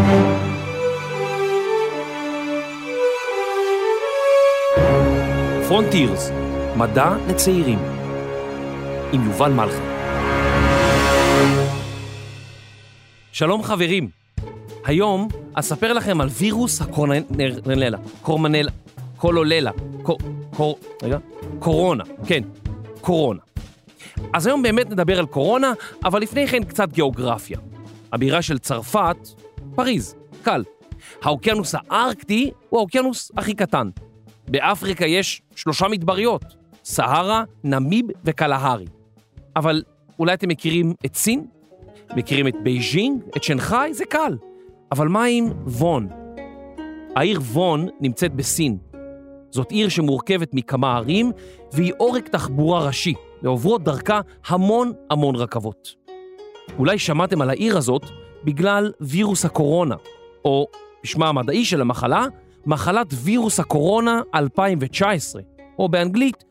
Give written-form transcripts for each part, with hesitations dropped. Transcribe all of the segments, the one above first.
פרונטירס, מדע לצעירים, עם יובל מלכי. שלום חברים, היום אספר לכם על וירוס קורונה, כן, קורונה. אז היום באמת נדבר על קורונה, אבל לפני כן קצת גיאוגרפיה. הבירה של צרפת, פריז, קל. האוקיינוס הארקטי הוא האוקיינוס הכי קטן. באפריקה יש 3 מדבריות, סהרה, נמיב וקלהרי. אבל אולי אתם מכירים את סין? מכירים את בייג'ינג, את שנגחאי? זה קל. אבל מה עם וון? העיר וון נמצאת בסין. זאת עיר שמורכבת מכמה ערים, והיא עורק תחבורה ראשי, ועוברות דרכה המון רכבות. אולי שמעתם על העיר הזאת בגלל וירוס הקורונה, או בשמה המדעי של המחלה, מחלת וירוס הקורונה 2019, או באנגלית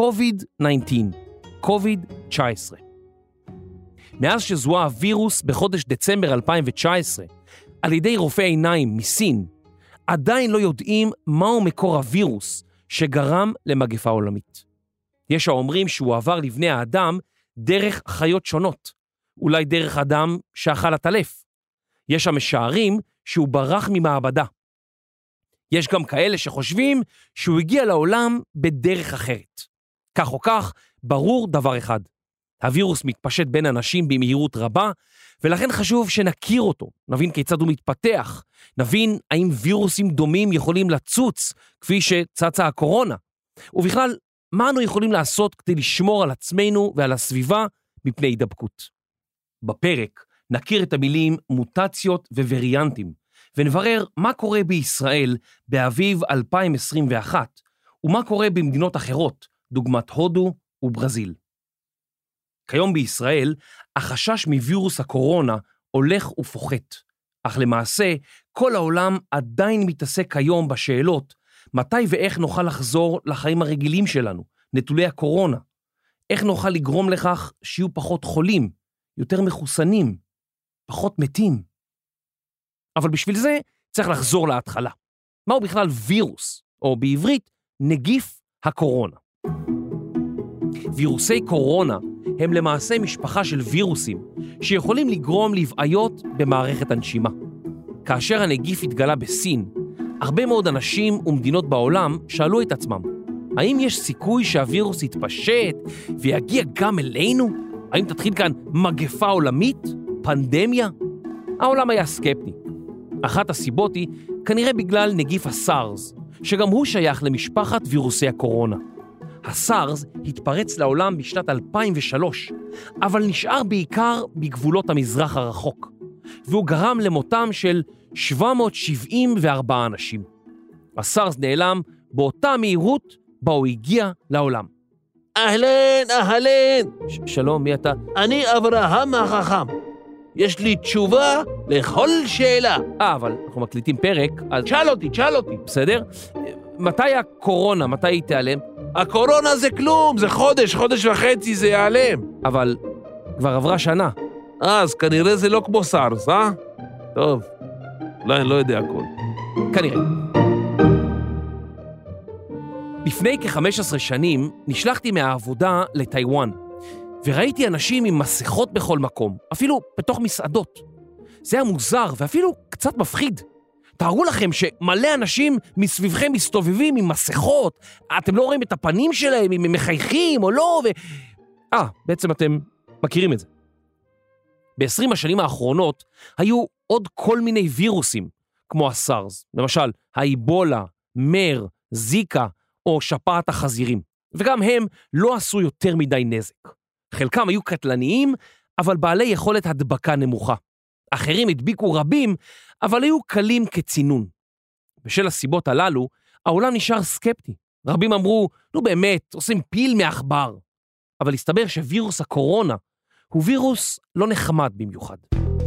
COVID-19. מאז שזוהה הווירוס בחודש דצמבר 2019, על ידי רופאי עיניים מסין, עדיין לא יודעים מהו מקור הווירוס שגרם למגפה עולמית. יש האומרים שהוא עבר לבני האדם דרך חיות שונות, אולי דרך אדם שאכל עטלף. יש המשערים שהוא ברח ממעבדה. יש גם כאלה שחושבים שהוא הגיע לעולם בדרך אחרת. כך או כך, ברור דבר אחד. הווירוס מתפשט בין אנשים במהירות רבה, ולכן חשוב שנכיר אותו, נבין כיצד הוא מתפתח, נבין האם וירוסים דומים יכולים לצוץ, כפי שצצה הקורונה, ובכלל, מה אנו יכולים לעשות כדי לשמור על עצמנו ועל הסביבה מפני הידבקות. בפרק נכיר את המילים מוטציות ווריאנטים, ונברר מה קורה בישראל באביב 2021, ומה קורה במדינות אחרות, דוגמת הודו וברזיל. כיום בישראל, החשש מווירוס הקורונה הולך ופוחת, אך למעשה כל העולם עדיין מתעסק כיום בשאלות מתי ואיך נוכל לחזור לחיים הרגילים שלנו, נטולי הקורונה. איך נוכל לגרום לכך שיהיו פחות חולים, יותר מחוסנים, פחות מתים. אבל בשביל זה צריך לחזור להתחלה. מהו בכלל וירוס, או בעברית נגיף הקורונה? וירוסי קורונה הם למעשה משפחה של וירוסים שיכולים לגרום לבעיות במערכת הנשימה. כאשר הנגיף התגלה בסין, הרבה מאוד אנשים ומדינות בעולם שאלו את עצמם, האם יש סיכוי שהווירוס יתפשט ויגיע גם אלינו? האם תתחיל כאן מגפה עולמית? פנדמיה? העולם היה סקפטי. אחת הסיבות היא כנראה בגלל נגיף הסארס, שגם הוא שייך למשפחת וירוסי הקורונה. הסארס התפרץ לעולם בשנת 2003, אבל נשאר בעיקר בגבולות המזרח הרחוק, והוא גרם למותם של 774 אנשים. הסארס נעלם באותה מהירות בה הוא הגיע לעולם. אהלן. שלום, מי אתה? אני אברהם החכם. יש לי תשובה לכל שאלה. אבל אנחנו מקליטים פרק, אז... שאל אותי. בסדר? מתי הקורונה? מתי היא תיעלם? הקורונה זה כלום, זה חודש וחצי זה ייעלם. אבל כבר עברה שנה. אז כנראה זה לא כמו סארס, אה? טוב, אולי אני לא יודע הכל. כנראה. לפני כ-15 שנים נשלחתי מהעבודה לטיואן, וראיתי אנשים עם מסכות בכל מקום, אפילו בתוך מסעדות. זה היה מוזר ואפילו קצת מפחיד. תארו לכם שמלא אנשים מסביבכם מסתובבים עם מסכות, אתם לא רואים את הפנים שלהם, אם הם מחייכים או לא, בעצם אתם מכירים את זה. ב-20 השנים האחרונות היו עוד כל מיני וירוסים, כמו הסארס, למשל האיבולה, מר, זיקה או שפעת החזירים, וגם הם לא עשו יותר מדי נזק. חלקם היו קטלניים, אבל בעלי יכולת הדבקה נמוכה. אחרים הדביקו רבים, אבל היו קלים כצינון. בשל הסיבות הללו, העולם נשאר סקפטי. רבים אמרו, נו באמת, עושים פיל מעכבר. אבל הסתבר שווירוס הקורונה הוא וירוס לא נחמד במיוחד.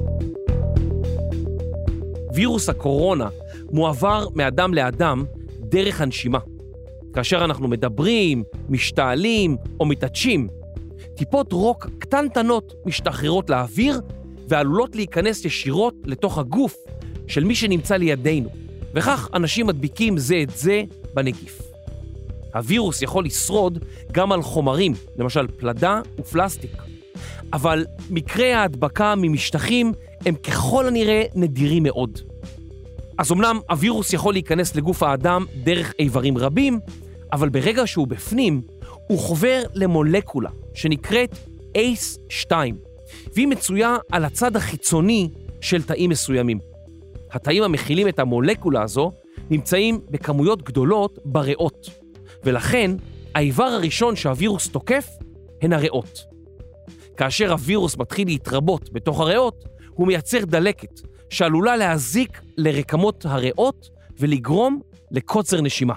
וירוס הקורונה מועבר מאדם לאדם דרך הנשימה. כאשר אנחנו מדברים, משתעלים או מתעטשים, טיפות רוק קטנטנות משתחררות לאוויר ועלולות להיכנס ישירות לתוך הגוף של מי שנמצא לידינו, וכך אנשים מדביקים זה את זה בנגיף. הווירוס יכול לשרוד גם על חומרים, למשל פלדה ופלסטיק. אבל מקרי ההדבקה ממשטחים הם ככל הנראה נדירים מאוד. אז אמנם הווירוס יכול להיכנס לגוף האדם דרך איברים רבים, אבל ברגע שהוא בפנים, הוא חובר למולקולה שנקראת ACE2, והיא מצויה על הצד החיצוני של תאים מסוימים. התאים המכילים את המולקולה הזו נמצאים בכמויות גדולות בריאות, ולכן האיבר הראשון שהווירוס תוקף הן הריאות. כאשר הווירוס מתחיל להתרבות בתוך הריאות, הוא מייצר דלקת שעלולה להזיק לרקמות הריאות ולגרום לקוצר נשימה.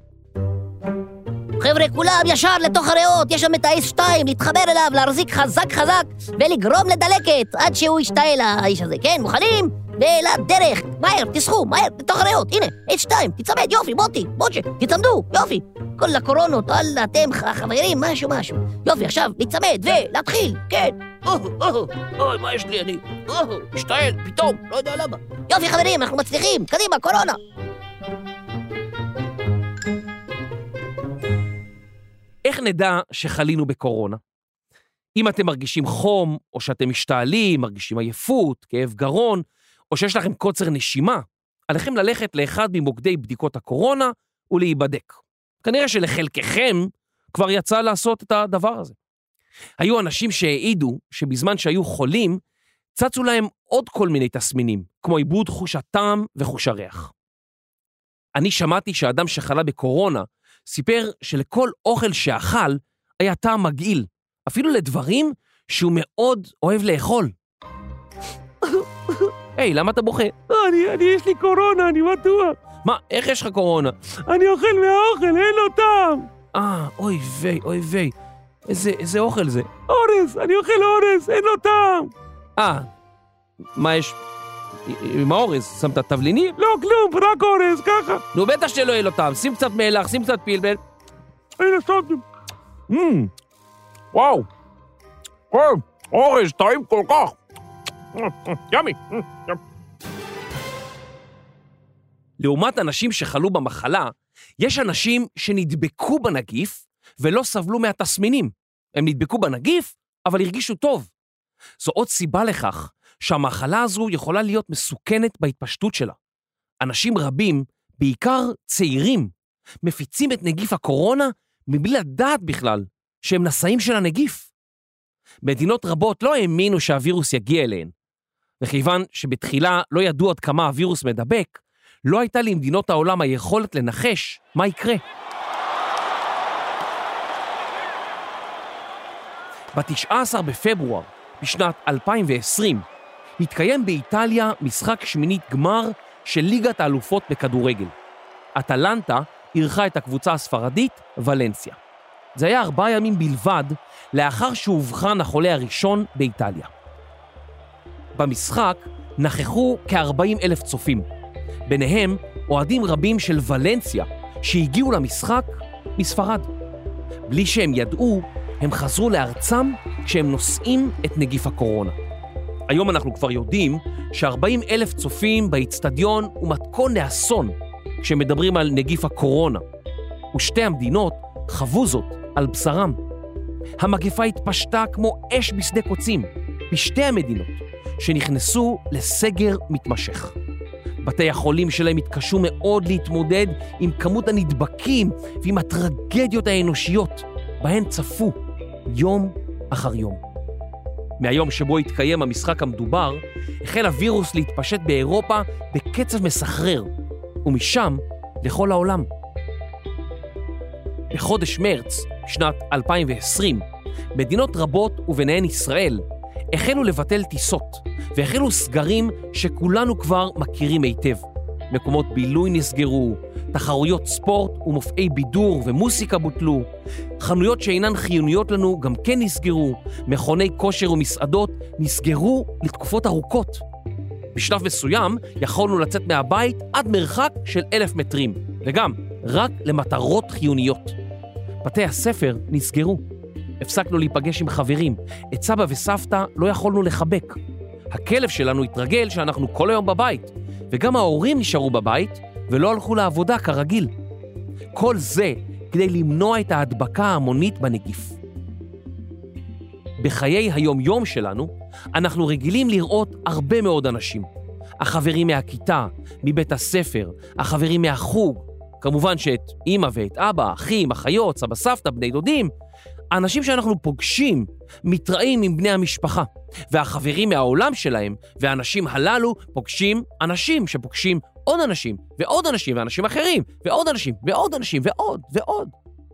חבר'ה, כולם ישר לתוך הריאות, יש שם את ה-ACE2, להתחבר אליו, להחזיק חזק ולגרום לדלקת עד שהוא ישתעל האיש הזה, כן? מוכנים? ולדרך, מהר, תסחו, מהר, לתוך הריאות, הנה, ACE2, תצמד, יופי, משה, תצמדו, יופי. כל הקורונות, אתם חברים, משהו. יופי, עכשיו, להצמד ולהתחיל, כן. אוי, מה יש לי, אני? משתעל, פתאום, לא יודע למה. יופי, חברים, אנחנו מצליחים, קדימה, קורונה. איך נדע שחלינו בקורונה? אם אתם מרגישים חום, או שאתם משתעלים, מרגישים עייפות, כאב גרון, או שיש לכם קוצר נשימה, עליכם ללכת לאחד ממוקדי בדיקות הקורונה ולהיבדק. כנראה שלחלקכם כבר יצא לעשות את הדבר הזה. היו אנשים שהעידו שבזמן שהיו חולים, צצו להם עוד כל מיני תסמינים, כמו איבוד חוש הטעם וחוש הריח. אני שמעתי שאדם שחלה בקורונה, סיפר שלכל אוכל שאכל היה טעם מגעיל, אפילו לדברים שהוא מאוד אוהב לאכול. היי, למה אתה בוכה? יש לי קורונה, אני בטוח. מה, איך יש לך קורונה? אני אוכל מהאוכל, אין לו טעם. אוי ויי. איזה אוכל זה? אורז, אני אוכל אורז, אין לו טעם. מה יש? עם האורז, שמת תבלינים? לא, כלום, רק אורז, ככה. נו, בטח שלא יהיה לו טעם, שים קצת מלח, שים קצת פלפל. הנה, סוטים. וואו. אורז, טעים כל כך. ימי. לעומת אנשים שחלו במחלה, יש אנשים שנדבקו בנגיף ולא סבלו מהתסמינים. הם נדבקו בנגיף, אבל הרגישו טוב. זו עוד סיבה לכך שהמחלה הזו יכולה להיות מסוכנת בהתפשטות שלה. אנשים רבים, בעיקר צעירים, מפיצים את נגיף הקורונה מבלי לדעת בכלל שהם נשאים של הנגיף. מדינות רבות לא האמינו שהווירוס יגיע אליהן, וכיוון שבתחילה לא ידעו עד כמה הווירוס מדבק, לא הייתה למדינות העולם היכולת לנחש מה יקרה. ב-19 בפברואר בשנת 2020 התקיים באיטליה משחק שמינית גמר של ליגת האלופות בכדורגל. אטלנטה אירחה את הקבוצה הספרדית ולנסיה. זה היה 4 ימים בלבד לאחר שהובחן החולה הראשון באיטליה. במשחק נכחו כ-40,000 צופים, ביניהם אוהדים רבים של ולנסיה שהגיעו למשחק מספרד. בלי שהם ידעו, הם חזרו לארצם כשהם נושאים את נגיף הקורונה. היום אנחנו כבר יודעים ש40,000 צופים באצטדיון הוא מתכון לאסון כשמדברים על נגיף הקורונה, ושתי המדינות חוו זאת על בשרם. המגפה התפשטה כמו אש בשדה קוצים בשתי המדינות שנכנסו לסגר מתמשך. בתי החולים שלהם התקשו מאוד להתמודד עם כמות הנדבקים ועם הטרגדיות האנושיות בהן צפו יום אחר יום. מהיום שבו התקיים המשחק המדובר, החל הווירוס להתפשט באירופה בקצב מסחרר, ומשם לכל העולם. בחודש מרץ, שנת 2020, מדינות רבות וביניהן ישראל, החלו לבטל טיסות, והחלו סגרים שכולנו כבר מכירים היטב. מקומות בילוי נסגרו, תחרויות ספורט ומופעי בידור ומוסיקה בוטלו, חנויות שאינן חיוניות לנו גם כן נסגרו, מכוני כושר ומסעדות נסגרו לתקופות ארוכות. בשלב מסוים יכולנו לצאת מהבית עד מרחק של 1,000 מטרים, וגם רק למטרות חיוניות. בתי הספר נסגרו. הפסקנו להיפגש עם חברים, את סבא וסבתא לא יכולנו לחבק. הכלב שלנו התרגל שאנחנו כל היום בבית, וגם ההורים נשארו בבית ולא הלכו לעבודה כרגיל. כל זה כדי למנוע את ההדבקה ההמונית בנגיף. בחיי היום-יום שלנו, אנחנו רגילים לראות הרבה מאוד אנשים. החברים מהכיתה, מבית הספר, החברים מהחוג, כמובן שאת אמא ואת אבא, אחים, אחיות, סבא סבתא, בני דודים, האנשים שאנחנו פוגשים, מתראים עם בני המשפחה, והחברים מהעולם שלהם, והאנשים הללו פוגשים אנשים שפוגשים עוד אנשים, ועוד אנשים, ואנשים אחרים, ועוד אנשים, ועוד אנשים, ועוד, ועוד.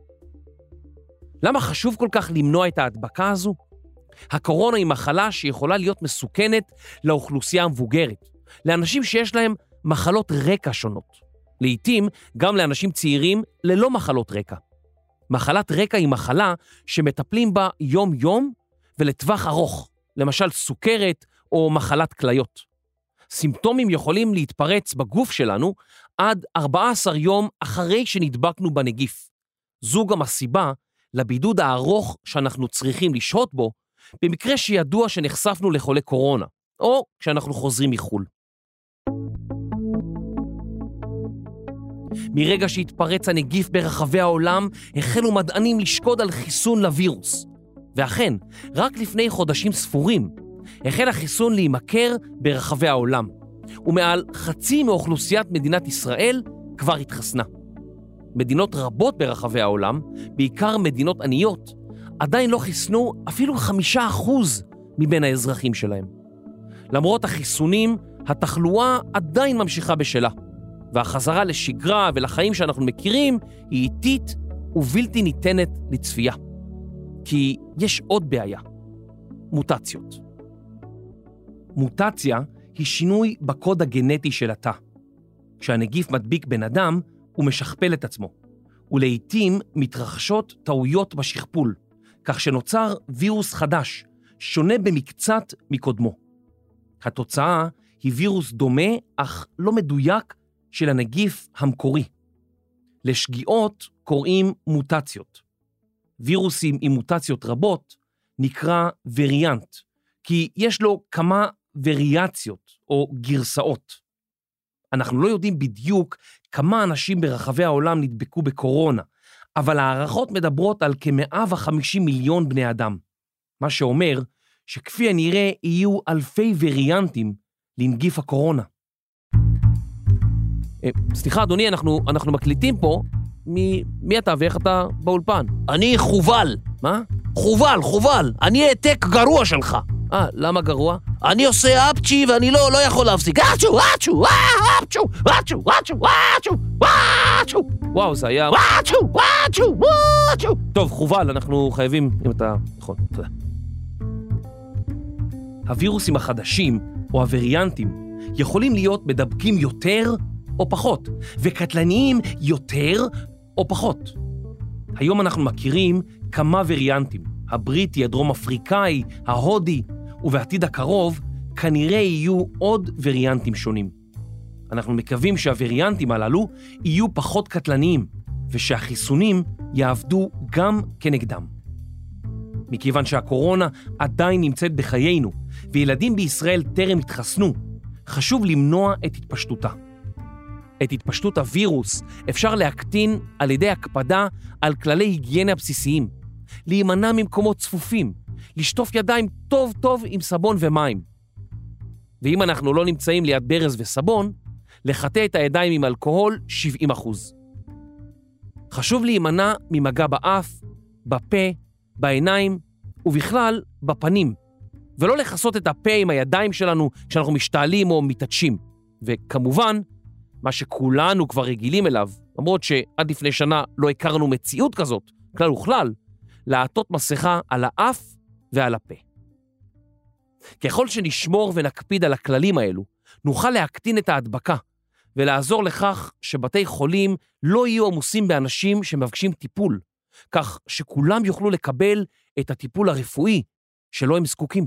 למה חשוב כל כך למנוע את ההדבקה הזו? הקורונה היא מחלה שיכולה להיות מסוכנת לאוכלוסייה המבוגרת, לאנשים שיש להם מחלות רקע שונות. לעתים גם לאנשים צעירים ללא מחלות רקע. מחלת רקע היא מחלה שמטפלים בה יום-יום ולטווח ארוך, למשל סוכרת או מחלת כליות. סימפטומים יכולים להתפרץ בגוף שלנו עד 14 יום אחרי שנדבקנו בנגיף. זו גם הסיבה לבידוד הארוך שאנחנו צריכים לשהות בו, במקרה שידוע שנחשפנו לחולה קורונה, או כשאנחנו חוזרים מחול. מרגע שהתפרץ הנגיף ברחבי העולם, החלו מדענים לשקוד על חיסון לווירוס. ואכן, רק לפני חודשים ספורים, החל החיסון להימכר ברחבי העולם, ומעל חצי מאוכלוסיית מדינת ישראל כבר התחסנה. מדינות רבות ברחבי העולם, בעיקר מדינות עניות, עדיין לא חיסנו אפילו 5% מבין האזרחים שלהם. למרות החיסונים, התחלואה עדיין ממשיכה בשלה, והחזרה לשגרה ולחיים שאנחנו מכירים היא איטית ובלתי ניתנת לצפייה. כי יש עוד בעיה, מוטציות. מוטציה היא שינוי בקוד הגנטי של התא. כשהנגיף מדביק בן אדם, הוא משכפל את עצמו, ולעיתים מתרחשות טעויות בשכפול, כך שנוצר וירוס חדש, שונה במקצת מקודמו. התוצאה היא וירוס דומה, אך לא מדויק, של הנגיף המקורי. לשגיאות קוראים מוטציות. וירוסים עם מוטציות רבות נקרא וריאנט, כי יש לו כמה וריאציות או גרסאות. אנחנו לא יודעים בדיוק כמה אנשים ברחבי העולם נדבקו בקורונה, אבל הערכות מדברות על כ-150 מיליון בני אדם, מה שאומר שכפי הנראה יהיו אלפי וריאנטים לנגיף הקורונה. סליחה אדוני, אנחנו מקליטים פה. מי אתה ואיך אתה באולפן? אני חובל. מה? חובל. אני העתק גרוע שלך. למה גרוע? אני עושה אפצ'י ואני לא יכול להפסיק. אפצ'ו. וואו, זה היה... אפצ'ו. טוב, חובל, אנחנו חייבים, אם אתה יכול. תודה. הווירוסים החדשים, או הווריאנטים, יכולים להיות מדבקים יותר או פחות, וקטלניים יותר או פחות. היום אנחנו מכירים כמה וריאנטים, הבריטי, הדרום אפריקאי, ההודי, ובעתיד הקרוב כנראה יהיו עוד וריאנטים שונים. אנחנו מקווים שהווריאנטים הללו יהיו פחות קטלניים, ושהחיסונים יעבדו גם כנגדם. מכיוון שהקורונה עדיין נמצאת בחיינו, וילדים בישראל טרם התחסנו, חשוב למנוע את התפשטותה. את התפשטות הווירוס אפשר להקטין על ידי הקפדה על כללי היגיינה בסיסיים, להימנע ממקומות צפופים, לשטוף ידיים טוב טוב עם סבון ומים. ואם אנחנו לא נמצאים ליד ברז וסבון, לחטא את הידיים עם אלכוהול 70%. חשוב להימנע ממגע באף, בפה, בעיניים ובכלל בפנים, ולא לחסות את הפה עם הידיים שלנו כשאנחנו משתעלים או מתעטשים. וכמובן, מה שכולנו כבר רגילים אליו, למרות שעד לפני שנה לא הכרנו מציאות כזאת, כלל וכלל, לעטות מסכה על האף ועל הפה. ככל שנשמור ונקפיד על הכללים האלו, נוכל להקטין את ההדבקה, ולעזור לכך שבתי חולים לא יהיו עמוסים באנשים שמבקשים טיפול, כך שכולם יוכלו לקבל את הטיפול הרפואי שלו הם זקוקים.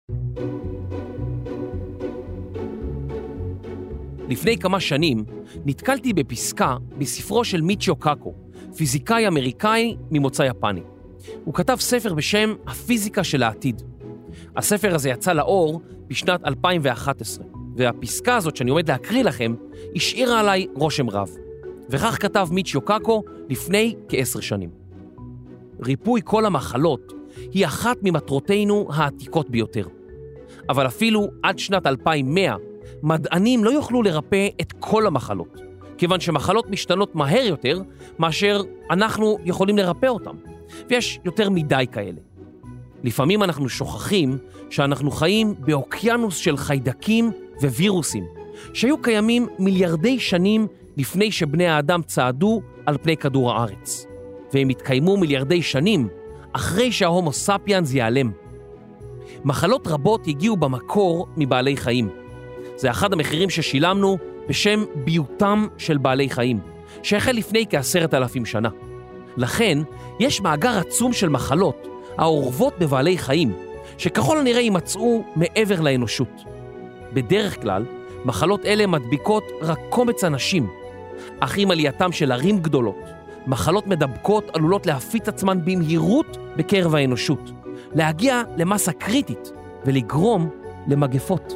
לפני כמה שנים נתקלתי בפסקה בספרו של מיצ'יו קאקו, פיזיקאי אמריקאי ממוצא יפני. הוא כתב ספר בשם הפיזיקה של העתיד. הספר הזה יצא לאור בשנת 2011, והפסקה הזאת שאני עומד להקריא לכם, השאירה עליי רושם רב. וכך כתב מיצ'יו קאקו לפני כ10 שנים. ריפוי כל המחלות היא אחת ממטרותינו העתיקות ביותר. אבל אפילו עד שנת 2100, מדענים לא יוכלו לרפא את כל המחלות, כיוון שמחלות משתנות מהר יותר מאשר אנחנו יכולים לרפא אותם, ויש יותר מדי כאלה. לפעמים אנחנו שוכחים שאנחנו חיים באוקיינוס של חיידקים ווירוסים, שהיו קיימים מיליארדי שנים לפני שבני האדם צעדו על פני כדור הארץ, והם התקיימו מיליארדי שנים אחרי שההומו ספיאנס ייעלם. מחלות רבות הגיעו במקור מבעלי חיים. זה אחד המחירים ששילמנו בשם ביותם של בעלי חיים, שהחל לפני כ10,000 שנה. לכן, יש מאגר עצום של מחלות האורבות בבעלי חיים, שככל הנראה יימצאו מעבר לאנושות. בדרך כלל, מחלות אלה מדביקות רק קומץ אנשים, אך עם עלייתם של ערים גדולות, מחלות מדבקות עלולות להפיץ עצמן במהירות בקרב האנושות, להגיע למסה קריטית ולגרום למגפות.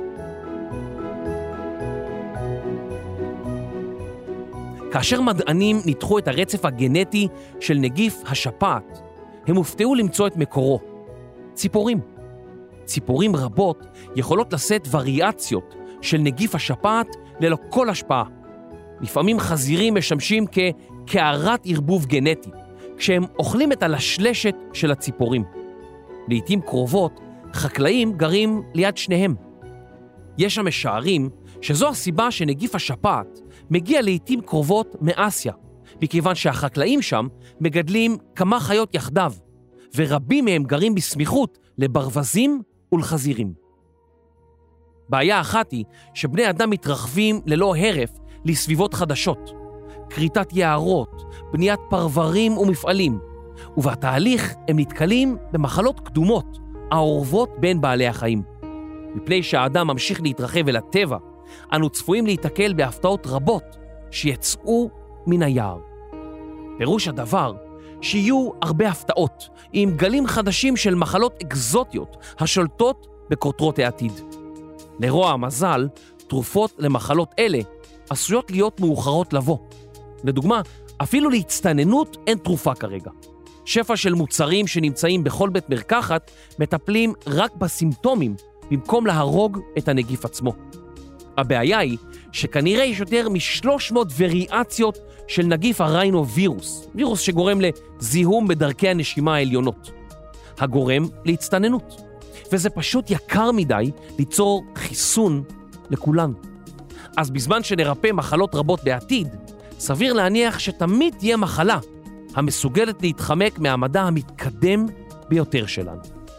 כאשר מדענים ניתחו את הרצף הגנטי של נגיף השפעת, הם הופתעו למצוא את מקורו. ציפורים. ציפורים רבות יכולות לשאת וריאציות של נגיף השפעת ללא כל השפעה. לפעמים חזירים משמשים כקערת ערבוב גנטי, כשהם אוכלים את הלשלשת של הציפורים. לעתים קרובות, חקלאים גרים ליד שניהם. יש שם משערים שזו הסיבה שנגיף השפעת מגיע לעתים קרובות מאסיה, מכיוון שהחקלאים שם מגדלים כמה חיות יחדיו, ורבים מהם גרים בסמיכות לברווזים ולחזירים. בעיה אחת היא שבני אדם מתרחבים ללא הרף לסביבות חדשות, כריתת יערות, בניית פרברים ומפעלים, ובתהליך הם נתקלים במחלות קדומות האורבות בין בעלי החיים. מפני שהאדם ממשיך להתרחב אל הטבע, אנו צפויים להתקל בהפתעות רבות שיצאו מן היער. פירוש הדבר שיהיו הרבה הפתעות עם גלים חדשים של מחלות אקזוטיות השולטות בקוטרות העתיד. לרוע המזל, תרופות למחלות אלה עשויות להיות מאוחרות לבוא. לדוגמה, אפילו להצטננות אין תרופה כרגע. שפע של מוצרים שנמצאים בכל בית מרקחת מטפלים רק בסימפטומים במקום להרוג את הנגיף עצמו. הבעיה היא שכנראה יש יותר מ-300 וריאציות של נגיף הריינווירוס, וירוס שגורם לזיהום בדרכי הנשימה העליונות, הגורם להצטננות. וזה פשוט יקר מדי ליצור חיסון לכולן. אז בזמן שנרפא מחלות רבות בעתיד, סביר להניח שתמיד תהיה מחלה המסוגלת להתחמק מהמדע המתקדם ביותר שלנו.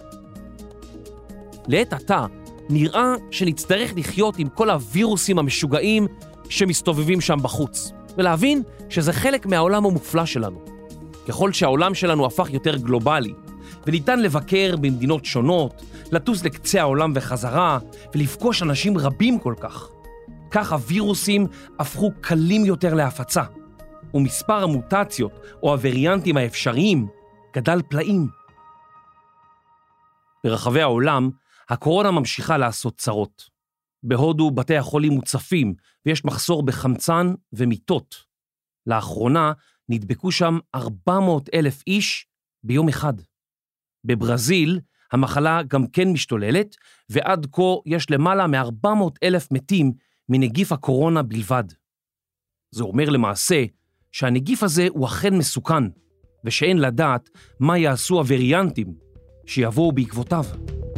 לעת עתה נראה שנצטרך לחיות עם כל הווירוסים המשוגעים שמסתובבים שם בחוץ, ולהבין שזה חלק מהעולם המופלא שלנו. ככל שהעולם שלנו הפך יותר גלובלי, וניתן לבקר במדינות שונות, לטוס לקצה העולם וחזרה, ולפגוש אנשים רבים כל כך, כך הווירוסים הפכו קלים יותר להפצה, ומספר המוטציות או הווריאנטים האפשריים גדל פלאים. ברחבי העולם, הקורונה ממשיכה לעשות צרות. בהודו בתי החולים מוצפים ויש מחסור בחמצן ומיטות. לאחרונה נדבקו שם 400,000 איש ביום אחד. בברזיל המחלה גם כן משתוללת, ועד כה יש למעלה מ-400,000 מתים מנגיף הקורונה בלבד. זה אומר למעשה שהנגיף הזה הוא אכן מסוכן, ושאין לדעת מה יעשו הווריאנטים שיבואו בעקבותיו.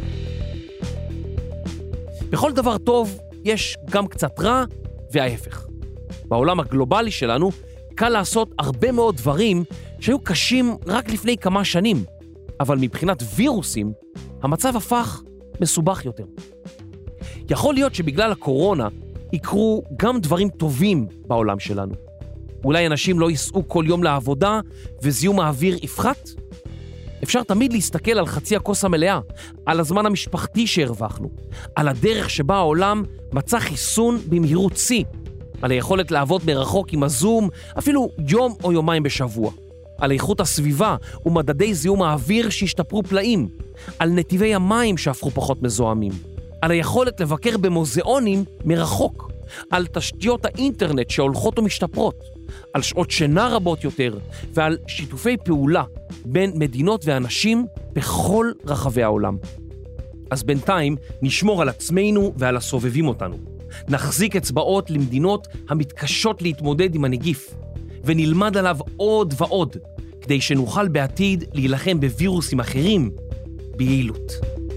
בכל דבר טוב יש גם קצת רע וההפך. בעולם הגלובלי שלנו קל לעשות הרבה מאוד דברים שהיו קשים רק לפני כמה שנים, אבל מבחינת וירוסים המצב הפך מסובך יותר. יכול להיות שבגלל הקורונה יקרו גם דברים טובים בעולם שלנו. אולי אנשים לא ייסעו כל יום לעבודה וזיהום האוויר יפחת? אפשר תמיד להסתכל על חצי הכוס המלאה, על הזמן המשפחתי שהרווחנו, על הדרך שבה העולם מצא חיסון במהירות שיא, על היכולת לעבוד מרחוק עם הזום אפילו יום או יומיים בשבוע, על איכות הסביבה ומדדי זיהום האוויר שהשתפרו פלאים, על נתיבי המים שהפכו פחות מזוהמים, על היכולת לבקר במוזיאונים מרחוק, על תשתיות האינטרנט שהולכות ומשתפרות, על שעות שינה רבות יותר ועל שיתופי פעולה בין מדינות ואנשים בכל רחבי העולם. אז בינתיים נשמור על עצמנו ועל הסובבים אותנו. נחזיק אצבעות למדינות המתקשות להתמודד עם הנגיף, ונלמד עליו עוד ועוד, כדי שנוכל בעתיד להילחם בווירוסים אחרים ביעילות.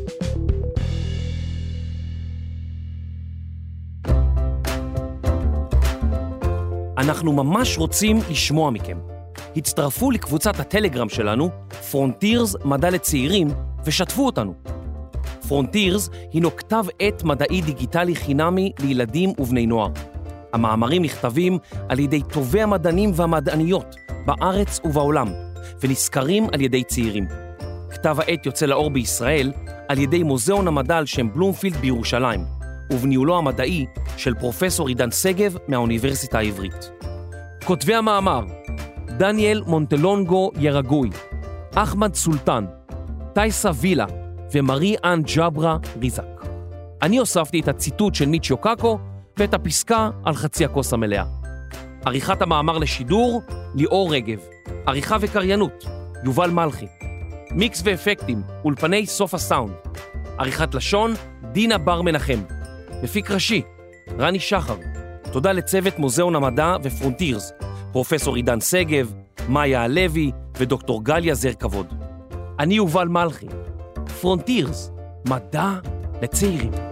אנחנו ממש רוצים לשמוע מכם. הצטרפו לקבוצת הטלגרם שלנו, פרונטירס מדע לצעירים, ושתפו אותנו. פרונטירס הינו כתב עת מדעי דיגיטלי חינמי לילדים ובני נוער. המאמרים נכתבים על ידי טובי המדענים והמדעניות בארץ ובעולם, ונזכרים על ידי צעירים. כתב העת יוצא לאור בישראל על ידי מוזיאון המדע על שם בלומפילד בירושלים, ובניהולו המדעי של פרופסור עידן שגב מהאוניברסיטה העברית. כותבי המאמר: דניאל מונטלונגו ירגוי, אחמד סולטן, טייסה וילה ומרי אן ג'ברה ריזק. אני הוספתי את הציטוט של מיצ'יו קאקו ואת הפסקה על חצי הכוס המלאה. עריכת המאמר לשידור, ליאור רגב. עריכה וקריינות, יובל מלכי. מיקס ואפקטים, אולפני סוף הסאונד. עריכת לשון, דינה בר מנחם. מפיק ראשי, רני שחר. תודה לצוות מוזיאון המדע ופרונטירס, פרופסור עידן שגב, מאיה הלוי ודוקטור גליה זר כבוד. אני יובל מלכי. פרונטירס, מדע לצעירים.